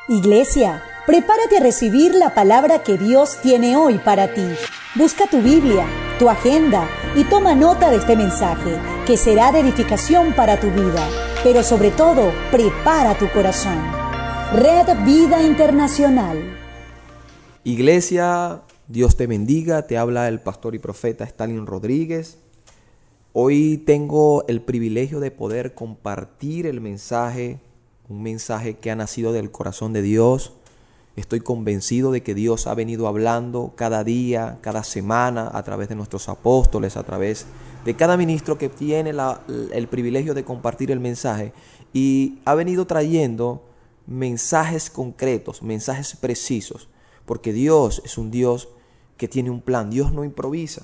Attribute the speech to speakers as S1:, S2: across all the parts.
S1: Iglesia, prepárate a recibir la palabra que Dios tiene hoy para ti. Busca tu Biblia, tu agenda y toma nota de este mensaje, que será de edificación para tu vida. Pero sobre todo, prepara tu corazón. Red Vida Internacional.
S2: Iglesia, Dios te bendiga. Te habla el pastor y profeta Stalin Rodríguez. Hoy tengo el privilegio de poder compartir el mensaje, un mensaje que ha nacido del corazón de Dios. Estoy convencido de que Dios ha venido hablando cada día, cada semana, a través de nuestros apóstoles, a través de cada ministro que tiene el privilegio de compartir el mensaje, y ha venido trayendo mensajes concretos, mensajes precisos, porque Dios es un Dios que tiene un plan. Dios no improvisa.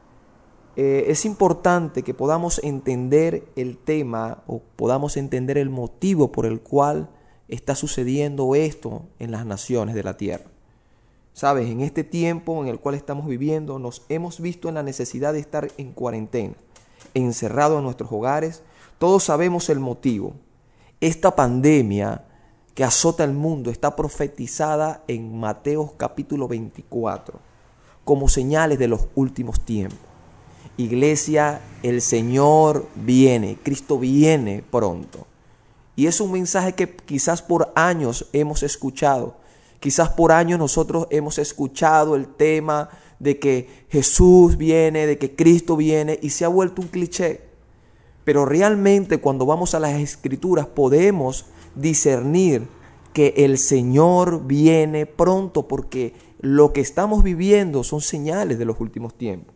S2: Es importante que podamos entender el tema o podamos entender el motivo por el cual está sucediendo esto en las naciones de la tierra. Sabes, en este tiempo en el cual estamos viviendo, nos hemos visto en la necesidad de estar en cuarentena, encerrados en nuestros hogares. Todos sabemos el motivo. Esta pandemia que azota el mundo está profetizada en Mateo capítulo 24 como señales de los últimos tiempos. Iglesia, el Señor viene, Cristo viene pronto. Y es un mensaje que quizás por años hemos escuchado. Quizás por años nosotros hemos escuchado el tema de que Jesús viene, de que Cristo viene, y se ha vuelto un cliché. Pero realmente cuando vamos a las Escrituras podemos discernir que el Señor viene pronto, porque lo que estamos viviendo son señales de los últimos tiempos.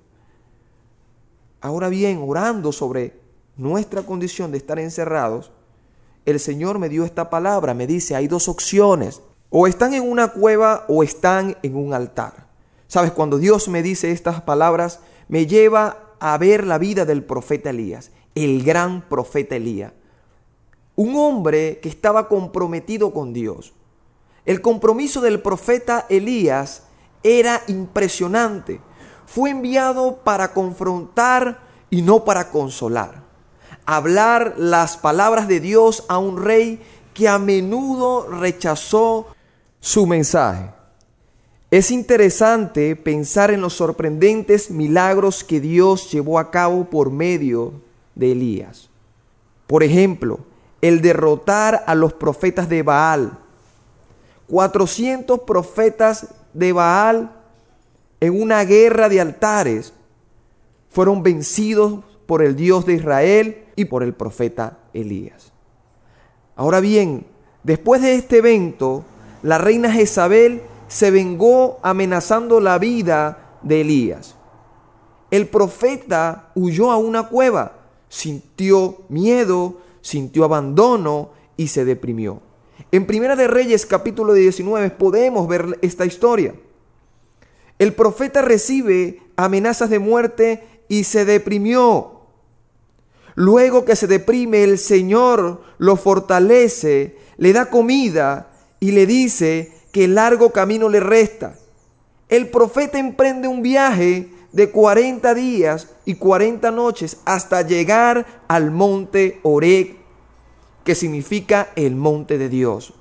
S2: Ahora bien, orando sobre nuestra condición de estar encerrados, el Señor me dio esta palabra. Me dice, hay dos opciones: o están en una cueva o están en un altar. Sabes, cuando Dios me dice estas palabras, me lleva a ver la vida del profeta Elías, el gran profeta Elías. Un hombre que estaba comprometido con Dios. El compromiso del profeta Elías era impresionante. Fue enviado para confrontar y no para consolar. Hablar las palabras de Dios a un rey que a menudo rechazó su mensaje. Es interesante pensar en los sorprendentes milagros que Dios llevó a cabo por medio de Elías. Por ejemplo, el derrotar a los profetas de Baal. 400 profetas de Baal en una guerra de altares fueron vencidos por el Dios de Israel y por el profeta Elías. Ahora bien, después de este evento, la reina Jezabel se vengó amenazando la vida de Elías. El profeta huyó a una cueva, sintió miedo, sintió abandono y se deprimió. En Primera de Reyes capítulo 19 podemos ver esta historia. El profeta recibe amenazas de muerte y se deprimió. Luego que se deprime, el Señor lo fortalece, le da comida y le dice que largo camino le resta. El profeta emprende un viaje de 40 días y 40 noches hasta llegar al monte Horeb, que significa el monte de Dios.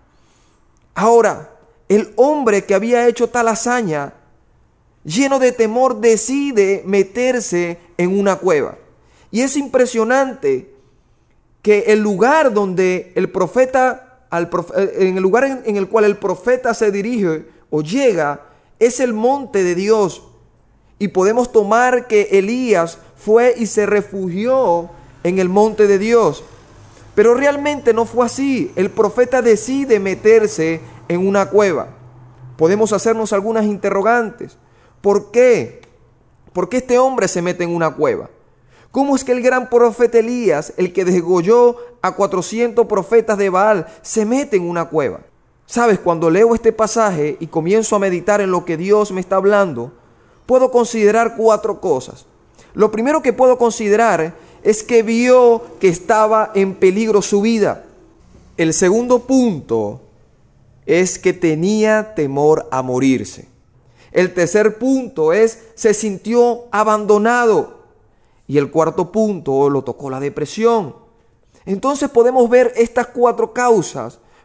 S2: Ahora, el hombre que había hecho tal hazaña, lleno de temor, decide meterse en una cueva. Y es impresionante que el lugar donde el profeta, en el lugar en el cual el profeta se dirige o llega, es el monte de Dios. Y podemos tomar que Elías fue y se refugió en el monte de Dios. Pero realmente no fue así. El profeta decide meterse en una cueva. Podemos hacernos algunas interrogantes. ¿Por qué? ¿Por qué este hombre se mete en una cueva? ¿Cómo es que el gran profeta Elías, el que degolló a 400 profetas de Baal, se mete en una cueva? Sabes, cuando leo este pasaje y comienzo a meditar en lo que Dios me está hablando, puedo considerar 4 cosas. Lo primero que puedo considerar es que vio que estaba en peligro su vida. El segundo punto es que tenía temor a morirse. El tercer punto es, se sintió abandonado. Y el cuarto punto, lo tocó la depresión. Entonces podemos ver estas 4 causas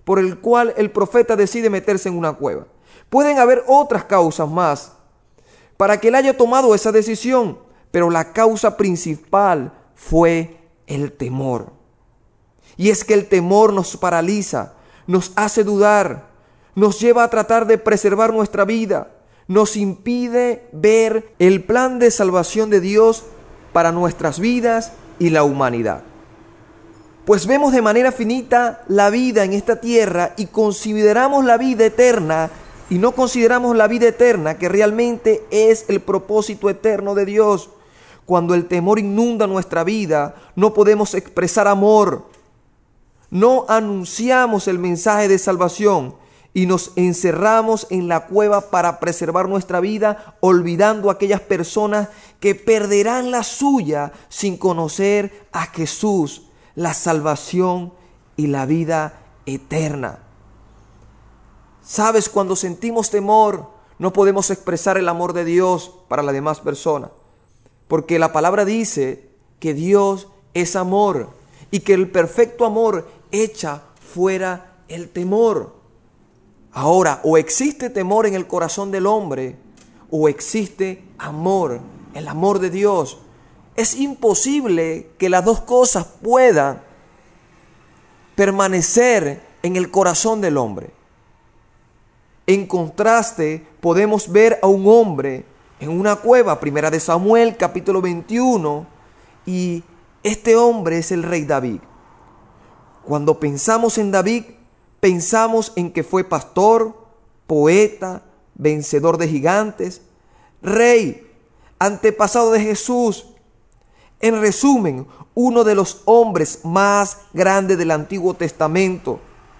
S2: por el cual el profeta decide meterse en una cueva. Pueden haber otras causas más para que él haya tomado esa decisión, pero la causa principal fue el temor. Y es que el temor nos paraliza, nos hace dudar, nos lleva a tratar de preservar nuestra vida, nos impide ver el plan de salvación de Dios para nuestras vidas y la humanidad. Pues vemos de manera finita la vida en esta tierra y consideramos la vida eterna y no consideramos la vida eterna que realmente es el propósito eterno de Dios. Cuando el temor inunda nuestra vida, no podemos expresar amor, no anunciamos el mensaje de salvación y nos encerramos en la cueva para preservar nuestra vida, olvidando a aquellas personas que perderán la suya sin conocer a Jesús, la salvación y la vida eterna. Sabes, cuando sentimos temor, no podemos expresar el amor de Dios para las demás personas, porque la palabra dice que Dios es amor y que el perfecto amor echa fuera el temor. Ahora, o existe temor en el corazón del hombre, o existe amor, el amor de Dios. Es imposible que las dos cosas puedan permanecer en el corazón del hombre. En contraste, podemos ver a un hombre en una cueva, Primera de Samuel, capítulo 21, y este hombre es el rey David. Cuando pensamos en David, pensamos en que fue pastor, poeta, vencedor de gigantes, rey, antepasado de Jesús. En resumen, uno de los hombres más grandes del Antiguo Testamento.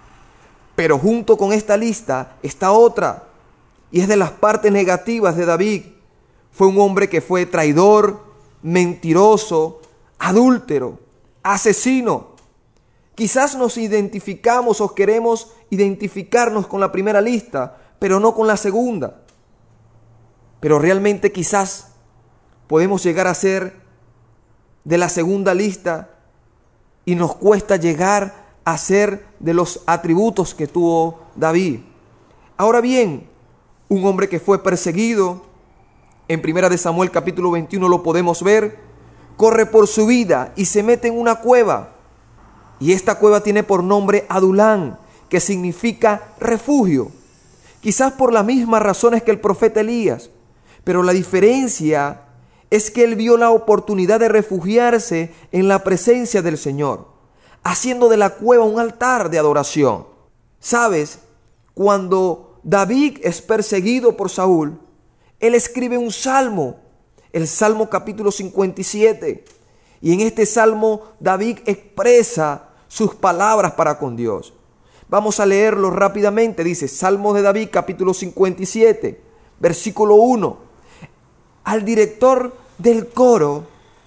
S2: Pero junto con esta lista está otra, y es de las partes negativas de David. Fue un hombre que fue traidor, mentiroso, adúltero, asesino. Quizás nos identificamos o queremos identificarnos con la primera lista, pero no con la segunda. Pero realmente quizás podemos llegar a ser de la segunda lista y nos cuesta llegar a ser de los atributos que tuvo David. Ahora bien, un hombre que fue perseguido, en Primera de Samuel capítulo 21 lo podemos ver, corre por su vida y se mete en una cueva. Y esta cueva tiene por nombre Adulán, que significa refugio. Quizás por las mismas razones que el profeta Elías, pero la diferencia es que él vio la oportunidad de refugiarse en la presencia del Señor, haciendo de la cueva un altar de adoración. ¿Sabes? Cuando David es perseguido por Saúl, él escribe un salmo, el Salmo capítulo 57. Y en este salmo David expresa sus palabras para con Dios. Vamos a leerlo rápidamente. Dice, Salmo de David capítulo 57, versículo 1. Al director del coro,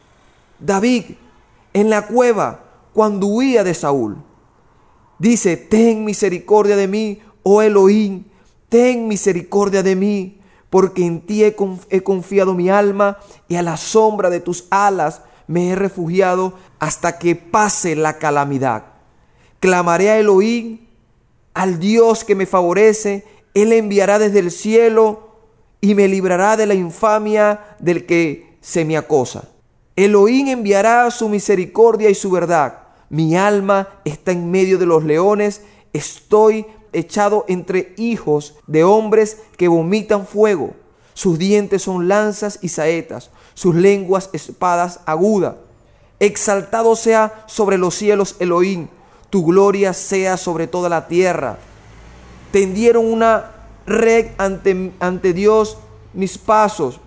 S2: David en la cueva, cuando huía de Saúl, dice, ten misericordia de mí, oh Elohim, ten misericordia de mí, porque en ti he confiado mi alma y a la sombra de tus alas me he refugiado hasta que pase la calamidad. Clamaré a Elohim, al Dios que me favorece, Él enviará desde el cielo y me librará de la infamia del que se me acosa. Elohim enviará su misericordia y su verdad. Mi alma está en medio de los leones, estoy echado entre hijos de hombres que vomitan fuego. Sus dientes son lanzas y saetas, sus lenguas espadas agudas. Exaltado sea sobre los cielos Elohim, tu gloria sea sobre toda la tierra. Tendieron una red ante Dios mis pasos,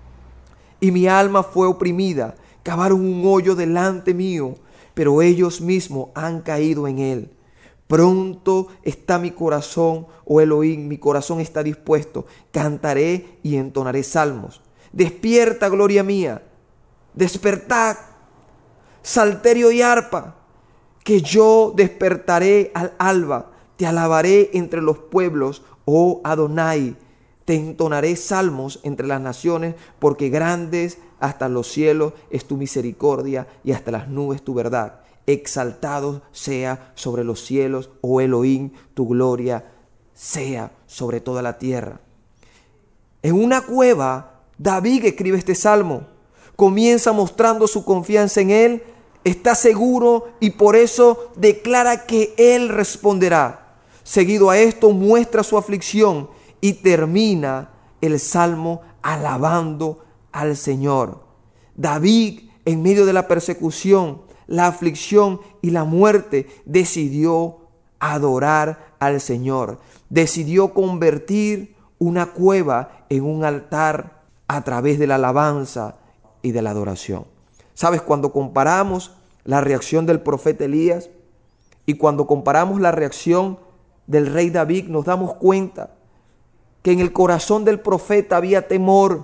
S2: y mi alma fue oprimida. Cavaron un hoyo delante mío, pero ellos mismos han caído en él. Pronto está mi corazón, oh Elohim, mi corazón está dispuesto. Cantaré y entonaré salmos. Despierta, gloria mía. Despertad, salterio y arpa, que yo despertaré al alba. Te alabaré entre los pueblos, oh Adonai. Te entonaré salmos entre las naciones, porque grandes hasta los cielos es tu misericordia y hasta las nubes tu verdad. exaltado sea sobre los cielos, oh Elohim, tu gloria sea sobre toda la tierra. En una cueva, David escribe este salmo. Comienza mostrando su confianza en Él, está seguro y por eso declara que Él responderá. Seguido a esto, muestra su aflicción y termina el salmo alabando al Señor. David, en medio de la persecución, la aflicción y la muerte, decidió adorar al Señor. Decidió convertir una cueva en un altar a través de la alabanza y de la adoración. ¿Sabes? Cuando comparamos la reacción del profeta Elías y cuando comparamos la reacción del rey David, nos damos cuenta que en el corazón del profeta había temor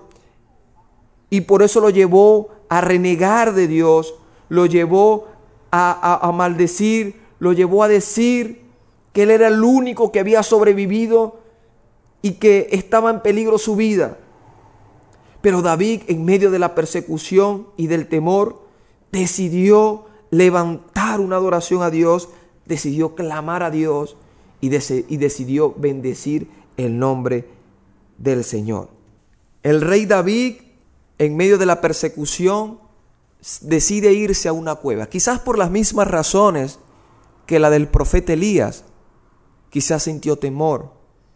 S2: y por eso lo llevó a renegar de Dios, lo llevó a maldecir, lo llevó a decir que él era el único que había sobrevivido y que estaba en peligro su vida. Pero David, en medio de la persecución y del temor, decidió levantar una adoración a Dios, decidió clamar a Dios y decidió bendecir el nombre del Señor. El rey David, en medio de la persecución, decide irse a una cueva, quizás por las mismas razones que la del profeta Elías. Quizás sintió temor,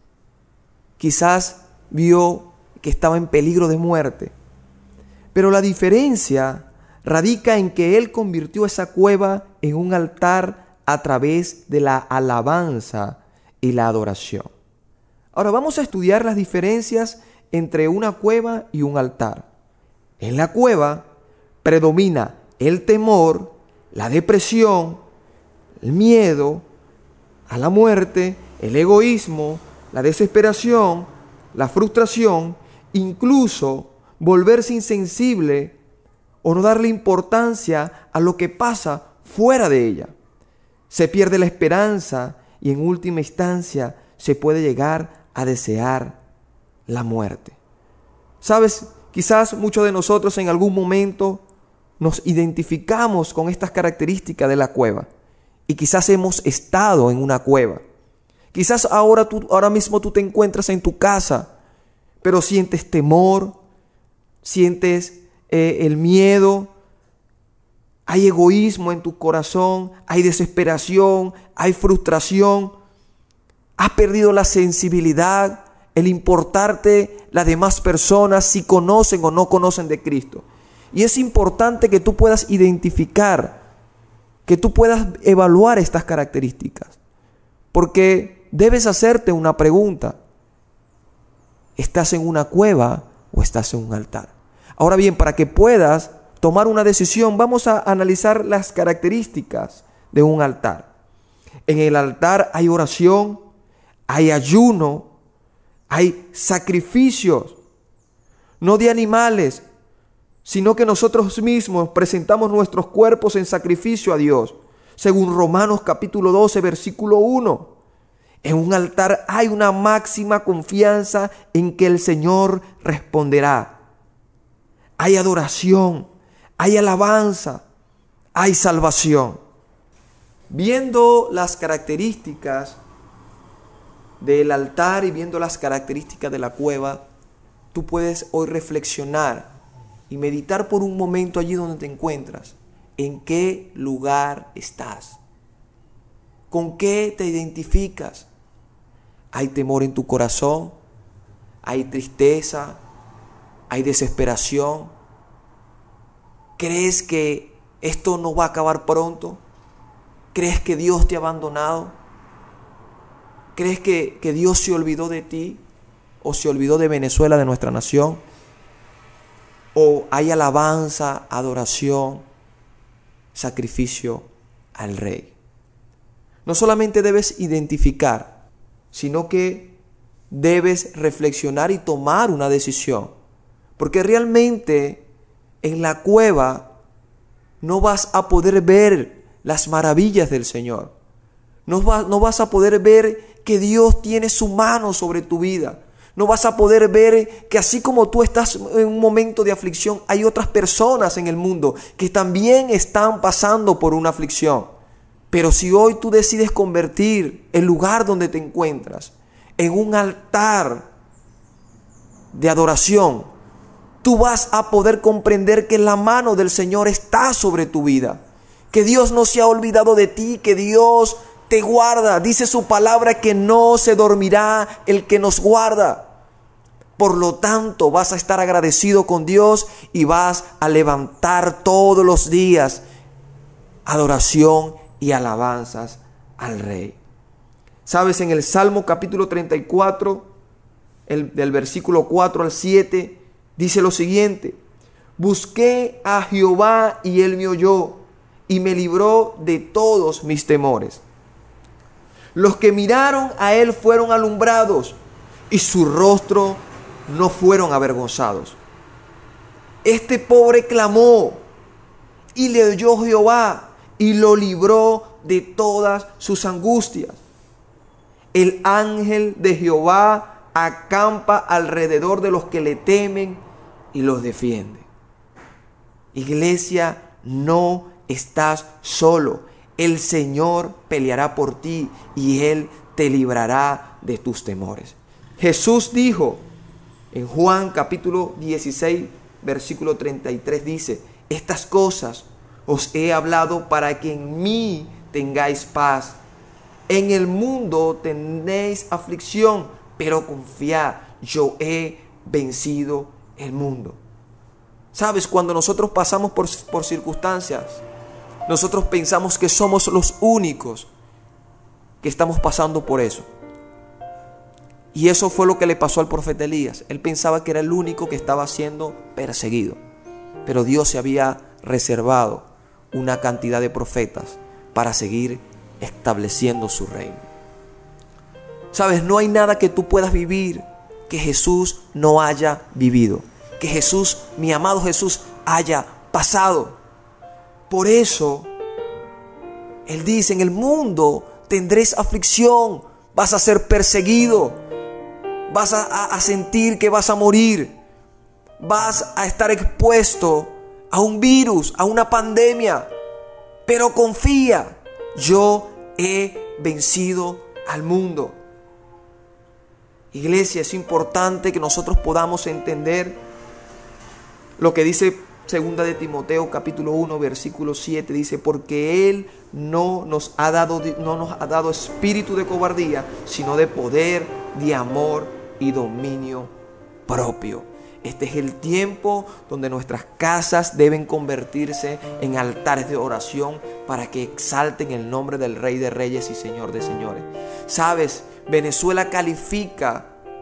S2: quizás vio que estaba en peligro de muerte. Pero la diferencia radica en que él convirtió esa cueva en un altar a través de la alabanza y la adoración. Ahora vamos a estudiar las diferencias entre una cueva y un altar. En la cueva predomina el temor, la depresión, el miedo a la muerte, el egoísmo, la desesperación, la frustración, incluso volverse insensible o no darle importancia a lo que pasa fuera de ella. Se pierde la esperanza y en última instancia se puede llegar a desear la muerte. ¿Sabes? Quizás muchos de nosotros en algún momento nos identificamos con estas características de la cueva y quizás hemos estado en una cueva. Quizás ahora mismo tú te encuentras en tu casa, pero sientes temor, sientes el miedo, hay egoísmo en tu corazón, hay desesperación, hay frustración, has perdido la sensibilidad, el importarte las demás personas si conocen o no conocen de Cristo. Y es importante que tú puedas identificar, que tú puedas evaluar estas características, porque debes hacerte una pregunta: ¿estás en una cueva o estás en un altar? Ahora bien, para que puedas tomar una decisión, vamos a analizar las características de un altar. En el altar hay oración, hay ayuno, hay sacrificios, no de animales, sino que nosotros mismos presentamos nuestros cuerpos en sacrificio a Dios, según Romanos capítulo 12, versículo 1. En un altar hay una máxima confianza en que el Señor responderá. Hay adoración, hay alabanza, hay salvación. Viendo las características del altar y viendo las características de la cueva, tú puedes hoy reflexionar y meditar por un momento allí donde te encuentras. ¿En qué lugar estás? ¿Con qué te identificas? ¿Hay temor en tu corazón? ¿Hay tristeza? ¿Hay desesperación? ¿Crees que esto no va a acabar pronto? ¿Crees que Dios te ha abandonado? ¿Crees que Dios se olvidó de ti? ¿O se olvidó de Venezuela, de nuestra nación? ¿O hay alabanza, adoración, sacrificio al Rey? No solamente debes identificar, sino que debes reflexionar y tomar una decisión. Porque realmente en la cueva no vas a poder ver las maravillas del Señor. No vas a poder ver que Dios tiene su mano sobre tu vida. No vas a poder ver que así como tú estás en un momento de aflicción, hay otras personas en el mundo que también están pasando por una aflicción. Pero si hoy tú decides convertir el lugar donde te encuentras en un altar de adoración, tú vas a poder comprender que la mano del Señor está sobre tu vida, que Dios no se ha olvidado de ti, que Dios te guarda. Dice su palabra que no se dormirá el que nos guarda. Por lo tanto, vas a estar agradecido con Dios y vas a levantar todos los días adoración y alabanzas al Rey. Sabes, en el Salmo capítulo 34, del versículo 4 al 7, dice lo siguiente: busqué a Jehová y él me oyó y me libró de todos mis temores. Los que miraron a él fueron alumbrados y su rostro no fueron avergonzados. Este pobre clamó y le oyó Jehová y lo libró de todas sus angustias. El ángel de Jehová acampa alrededor de los que le temen y los defiende. Iglesia, no estás solo. El Señor peleará por ti y Él te librará de tus temores. Jesús dijo en Juan capítulo 16, versículo 33, dice: estas cosas os he hablado para que en mí tengáis paz. En el mundo tenéis aflicción, pero confiad, yo he vencido el mundo. ¿Sabes? Cuando nosotros pasamos por circunstancias, nosotros pensamos que somos los únicos que estamos pasando por eso. Y eso fue lo que le pasó al profeta Elías. Él pensaba que era el único que estaba siendo perseguido. Pero Dios se había reservado una cantidad de profetas para seguir estableciendo su reino. ¿Sabes? No hay nada que tú puedas vivir que Jesús no haya vivido, que Jesús, mi amado Jesús, haya pasado. Por eso, Él dice: en el mundo tendréis aflicción, vas a ser perseguido, vas a sentir que vas a morir, vas a estar expuesto a un virus, a una pandemia, pero confía, yo he vencido al mundo. Iglesia, es importante que nosotros podamos entender lo que dice 2 de Timoteo capítulo 1 versículo 7, dice: porque Él no nos ha dado espíritu de cobardía, sino de poder, de amor y dominio propio. Este es el tiempo donde nuestras casas deben convertirse en altares de oración para que exalten el nombre del Rey de Reyes y Señor de Señores. ¿Sabes? Venezuela califica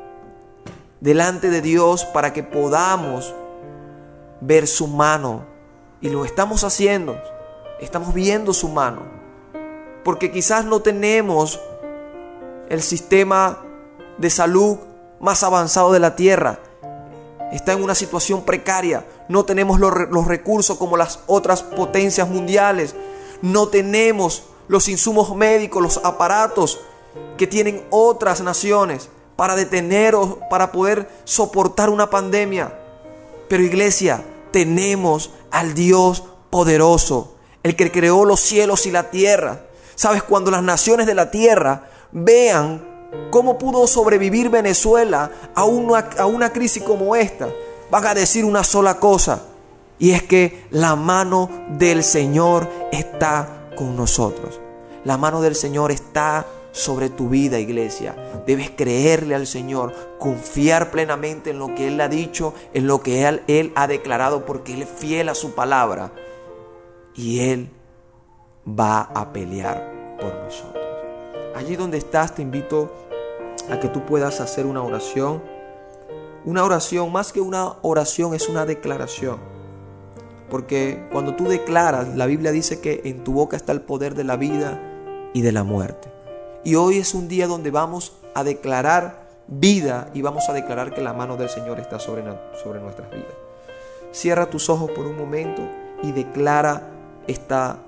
S2: delante de Dios para que podamos ver su mano, y lo estamos haciendo. Estamos viendo su mano, porque quizás no tenemos el sistema de salud más avanzado de la tierra. Está en una situación precaria. No tenemos los recursos como las otras potencias mundiales. No tenemos los insumos médicos, los aparatos que tienen otras naciones para detener o para poder soportar una pandemia. Pero iglesia, tenemos al Dios poderoso, el que creó los cielos y la tierra. ¿Sabes? Cuando las naciones de la tierra vean cómo pudo sobrevivir Venezuela a una crisis como esta, van a decir una sola cosa, y es que la mano del Señor está con nosotros. La mano del Señor está sobre tu vida, iglesia. Debes creerle al Señor, confiar plenamente en lo que Él ha dicho, en lo que Él ha declarado, porque Él es fiel a su palabra y Él va a pelear por nosotros. Allí donde estás, te invito a que tú puedas hacer una oración. Una oración, más que una oración, es una declaración. Porque cuando tú declaras, la Biblia dice que en tu boca está el poder de la vida y de la muerte. Y hoy es un día donde vamos a declarar vida y vamos a declarar que la mano del Señor está sobre nuestras vidas. Cierra tus ojos por un momento y declara esta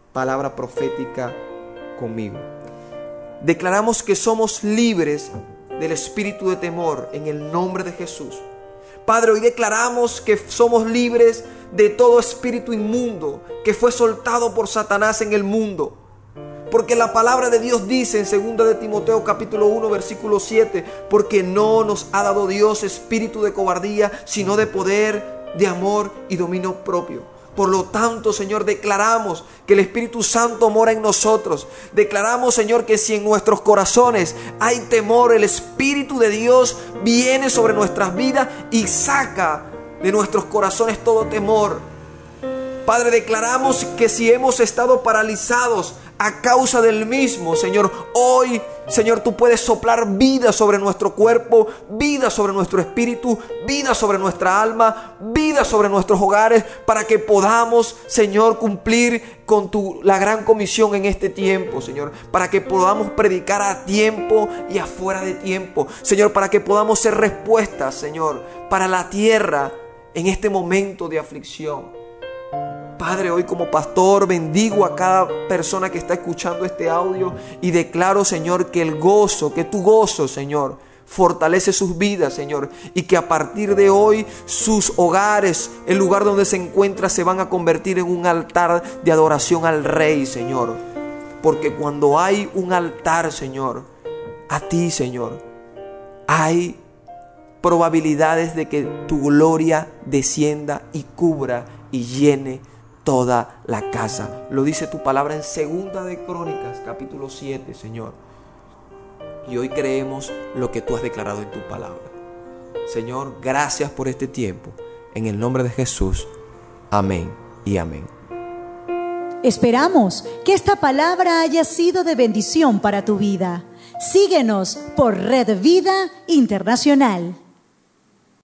S2: palabra profética conmigo. Declaramos que somos libres del espíritu de temor en el nombre de Jesús. Padre, hoy declaramos que somos libres de todo espíritu inmundo que fue soltado por Satanás en el mundo. Porque la palabra de Dios dice en 2 de Timoteo capítulo 1 versículo 7, porque no nos ha dado Dios espíritu de cobardía, sino de poder, de amor y dominio propio. Por lo tanto, Señor, declaramos que el Espíritu Santo mora en nosotros. Declaramos, Señor, que si en nuestros corazones hay temor, el Espíritu de Dios viene sobre nuestras vidas y saca de nuestros corazones todo temor. Padre, declaramos que si hemos estado paralizados a causa del mismo, Señor, hoy, Señor, tú puedes soplar vida sobre nuestro cuerpo, vida sobre nuestro espíritu, vida sobre nuestra alma, vida sobre nuestros hogares, para que podamos, Señor, cumplir con la gran comisión en este tiempo, Señor, para que podamos predicar a tiempo y afuera de tiempo, Señor, para que podamos ser respuestas, Señor, para la tierra en este momento de aflicción. Padre, hoy como pastor bendigo a cada persona que está escuchando este audio y declaro, Señor, que el gozo, que tu gozo, Señor, fortalece sus vidas, Señor, y que a partir de hoy sus hogares, el lugar donde se encuentra, se van a convertir en un altar de adoración al Rey, Señor. Porque cuando hay un altar, Señor, a ti, Señor, hay probabilidades de que tu gloria descienda y cubra y llene toda la casa. Lo dice tu palabra en 2 de Crónicas, capítulo 7, Señor. Y hoy creemos lo que tú has declarado en tu palabra. Señor, gracias por este tiempo. En el nombre de Jesús. Amén y amén.
S1: Esperamos que esta palabra haya sido de bendición para tu vida. Síguenos por Red Vida Internacional.